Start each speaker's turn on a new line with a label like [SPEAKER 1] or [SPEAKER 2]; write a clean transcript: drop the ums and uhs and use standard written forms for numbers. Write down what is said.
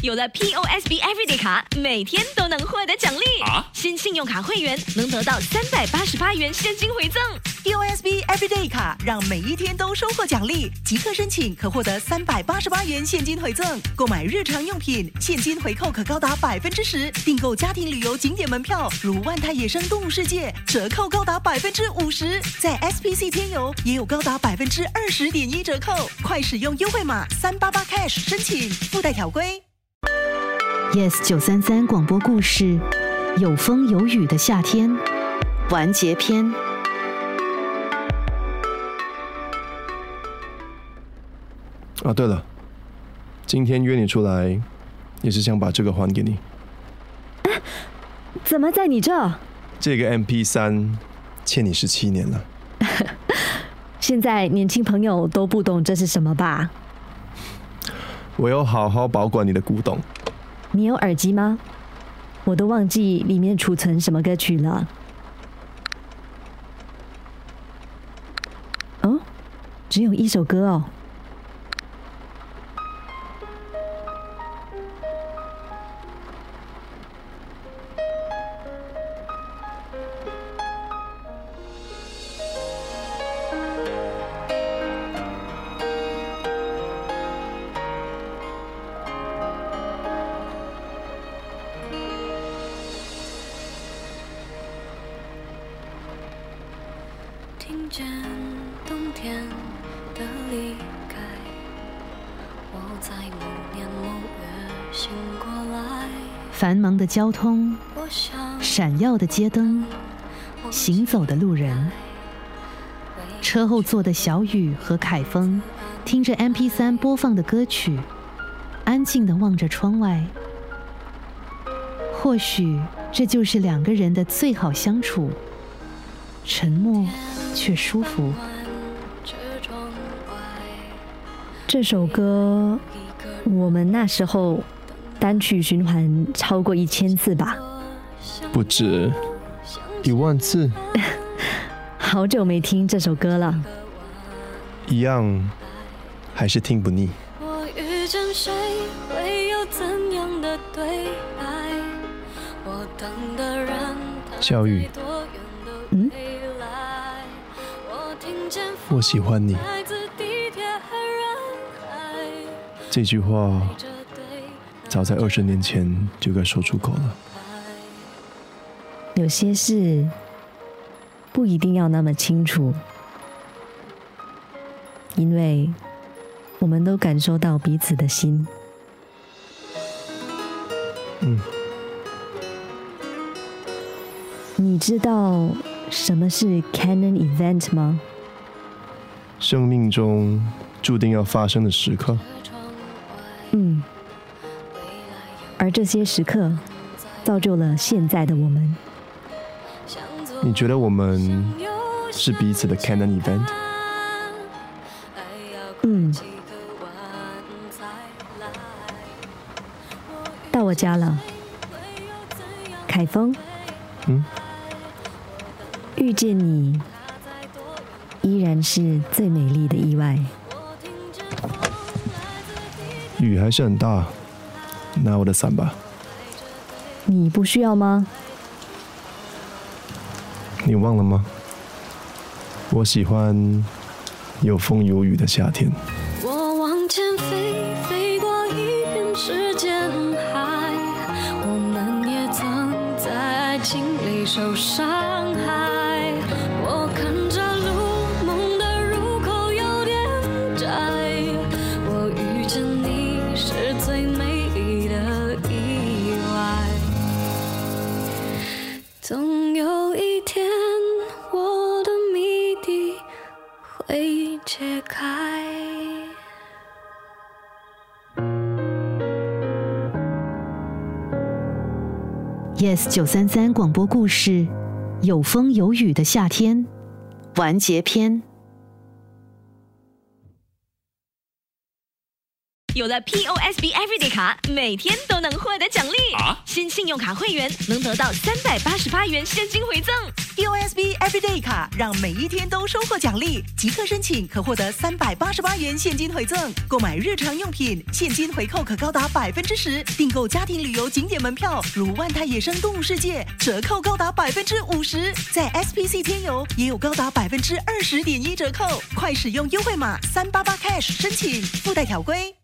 [SPEAKER 1] 有了 POSB Everyday 卡，每天都能获得奖励新信用卡会员能得到388元现金回赠。
[SPEAKER 2] POSB Everyday 卡让每一天都收获奖励，即刻申请可获得388元现金回赠。购买日常用品，现金回扣可高达10%；订购家庭旅游景点门票，如万泰野生动物世界，折扣高达50%。在 SPC 天游也有高达20.1%折扣。快使用优惠码388 Cash 申请，附带条规。
[SPEAKER 3] Yes 933广播故事，有风有雨的夏天，完结篇。
[SPEAKER 4] 对了，今天约你出来，也是想把这个还给你。
[SPEAKER 5] 怎么在你这？
[SPEAKER 4] 这个 MP3 欠你17年了。
[SPEAKER 5] 现在年轻朋友都不懂这是什么吧？
[SPEAKER 4] 我有好好保管你的古董。
[SPEAKER 5] 你有耳机吗？我都忘记里面储存什么歌曲了。哦，只有一首歌哦。
[SPEAKER 6] 听见冬天的离开，我在某年某月醒过来。
[SPEAKER 3] 繁忙的交通，闪耀的街灯，行走的路人，车后座的小雨和凯峰听着 MP3 播放的歌曲，安静地望着窗外。或许这就是两个人的最好相处，沉默却舒服。
[SPEAKER 5] 这首歌我们那时候单曲循环超过1000次吧？
[SPEAKER 4] 不止1万次。
[SPEAKER 5] 好久没听这首歌了。
[SPEAKER 4] 一样还是听不腻。
[SPEAKER 6] 我遇见谁会有怎样的对白？我等的人
[SPEAKER 4] 小雨，我喜欢你。这句话早在20年前就该说出口了。
[SPEAKER 5] 有些事不一定要那么清楚，因为我们都感受到彼此的心。你知道什么是 Canon Event 吗？
[SPEAKER 4] 生命中注定要发生的时刻。
[SPEAKER 5] 而这些时刻造就了现在的我们。
[SPEAKER 4] 你觉得我们是彼此的 Canon Event？
[SPEAKER 5] 到我家了，凯峰。遇见你依然是最美丽的意外。
[SPEAKER 4] 雨还是很大，拿我的伞吧。
[SPEAKER 5] 你不需要吗？
[SPEAKER 4] 你忘了吗？我喜欢有风有雨的夏天。
[SPEAKER 6] 我往前飞，飞过一片时间海，我们也曾在爱情里受伤害。我看着路，梦的入口有点窄，我遇见你是最美丽的意外。总有一天，我的谜底会解开。
[SPEAKER 3] Yes 933广播故事，有风有雨的夏天，完结篇。
[SPEAKER 1] 有了 POSB Everyday 卡，每天都能获得奖励。新信用卡会员能得到388元现金回赠。
[SPEAKER 2] POSB Everyday 卡让每一天都收获奖励，即刻申请可获得388元现金回赠。购买日常用品，现金回扣可高达10%；订购家庭旅游景点门票，如万泰野生动物世界，折扣高达50%。在 SPC 天游也有高达20.1%折扣。快使用优惠码388cash申请，附带条规。